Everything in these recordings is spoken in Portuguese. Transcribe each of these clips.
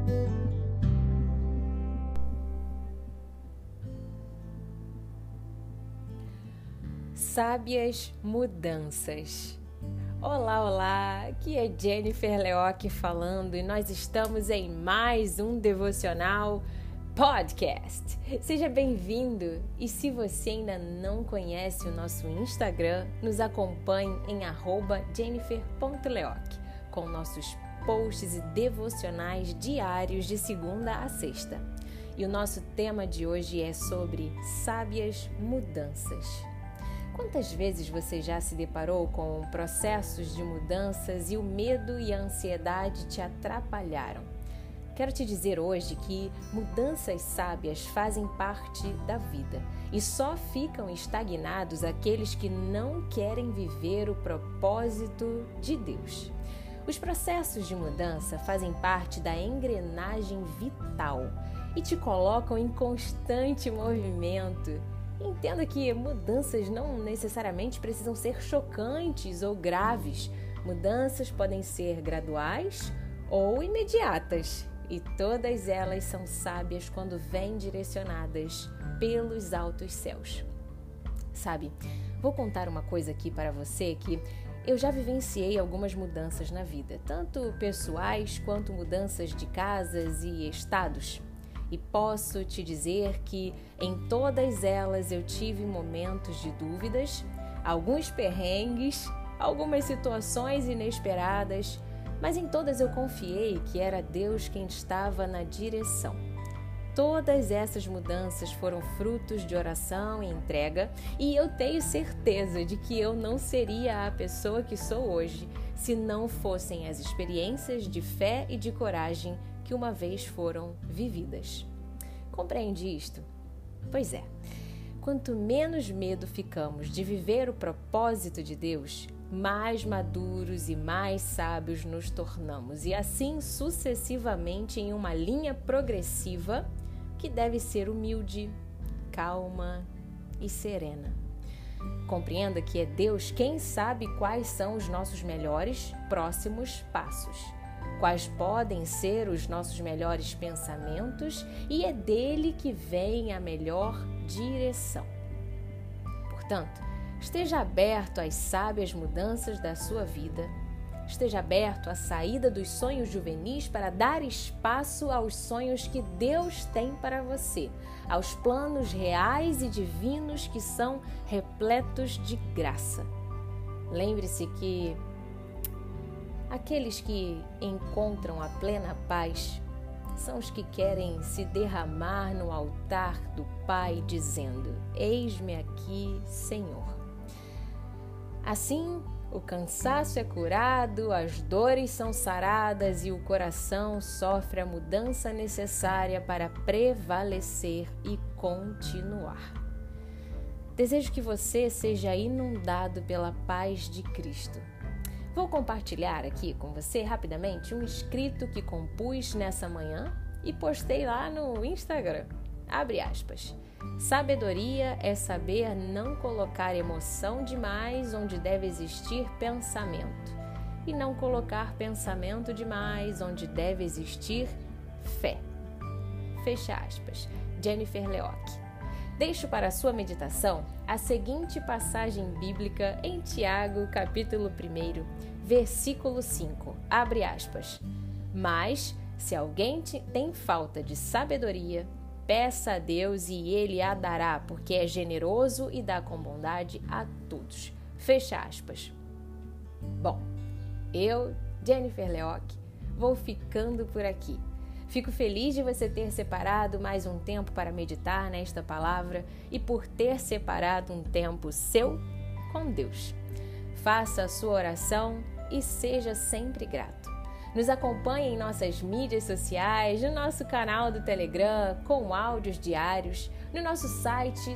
Sábias mudanças. Olá, olá! Aqui é Jennifer Leoc falando e nós estamos em mais um Devocional Podcast. Seja bem-vindo! E se você ainda não conhece o nosso Instagram, nos acompanhe em @jennifer.leoc com nossos posts e devocionais diários de segunda a sexta. E o nosso tema de hoje é sobre sábias mudanças. Quantas vezes você já se deparou com processos de mudanças e o medo e a ansiedade te atrapalharam? Quero te dizer hoje que mudanças sábias fazem parte da vida e só ficam estagnados aqueles que não querem viver o propósito de Deus. Os processos de mudança fazem parte da engrenagem vital e te colocam em constante movimento. Entenda que mudanças não necessariamente precisam ser chocantes ou graves. Mudanças podem ser graduais ou imediatas. E todas elas são sábias quando vêm direcionadas pelos altos céus. Sabe, vou contar uma coisa aqui para você que eu já vivenciei algumas mudanças na vida, tanto pessoais quanto mudanças de casas e estados. E posso te dizer que em todas elas eu tive momentos de dúvidas, alguns perrengues, algumas situações inesperadas, mas em todas eu confiei que era Deus quem estava na direção. Todas essas mudanças foram frutos de oração e entrega, e eu tenho certeza de que eu não seria a pessoa que sou hoje se não fossem as experiências de fé e de coragem que uma vez foram vividas. Compreende isto? Pois é, quanto menos medo ficamos de viver o propósito de Deus, mais maduros e mais sábios nos tornamos, e assim sucessivamente em uma linha progressiva que deve ser humilde, calma e serena. Compreenda que é Deus quem sabe quais são os nossos melhores próximos passos, quais podem ser os nossos melhores pensamentos, e é dele que vem a melhor direção. Portanto, esteja aberto às sábias mudanças da sua vida, esteja aberto à saída dos sonhos juvenis para dar espaço aos sonhos que Deus tem para você, aos planos reais e divinos que são repletos de graça. Lembre-se que aqueles que encontram a plena paz são os que querem se derramar no altar do Pai, dizendo: "Eis-me aqui, Senhor." Assim, o cansaço é curado, as dores são saradas e o coração sofre a mudança necessária para prevalecer e continuar. Desejo que você seja inundado pela paz de Cristo. Vou compartilhar aqui com você rapidamente um escrito que compus nessa manhã e postei lá no Instagram. Abre aspas. Sabedoria é saber não colocar emoção demais onde deve existir pensamento, e não colocar pensamento demais onde deve existir fé. Fecha aspas. Jennifer Leoc. Deixo para a sua meditação a seguinte passagem bíblica em Tiago, capítulo 1, versículo 5. Abre aspas. Mas, se alguém tem falta de sabedoria, peça a Deus e Ele a dará, porque é generoso e dá com bondade a todos. Fecha aspas. Bom, eu, Jennifer Leoc, vou ficando por aqui. Fico feliz de você ter separado mais um tempo para meditar nesta palavra e por ter separado um tempo seu com Deus. Faça a sua oração e seja sempre grato. Nos acompanhe em nossas mídias sociais, no nosso canal do Telegram, com áudios diários, no nosso site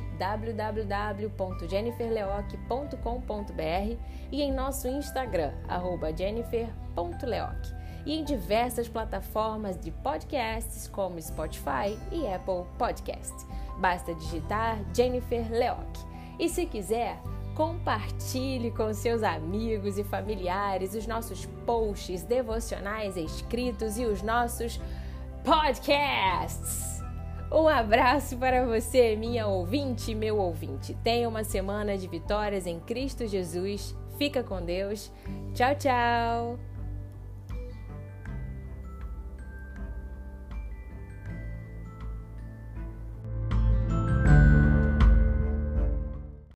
www.jenniferleoc.com.br e em nosso Instagram, @jennifer.leoc, e em diversas plataformas de podcasts como Spotify e Apple Podcast. Basta digitar Jennifer Leoc. E se quiser, compartilhe com seus amigos e familiares os nossos posts devocionais escritos e os nossos Podcasts! Um abraço para você, minha ouvinte e meu ouvinte. Tenha uma semana de vitórias em Cristo Jesus. Fica com Deus. Tchau, tchau!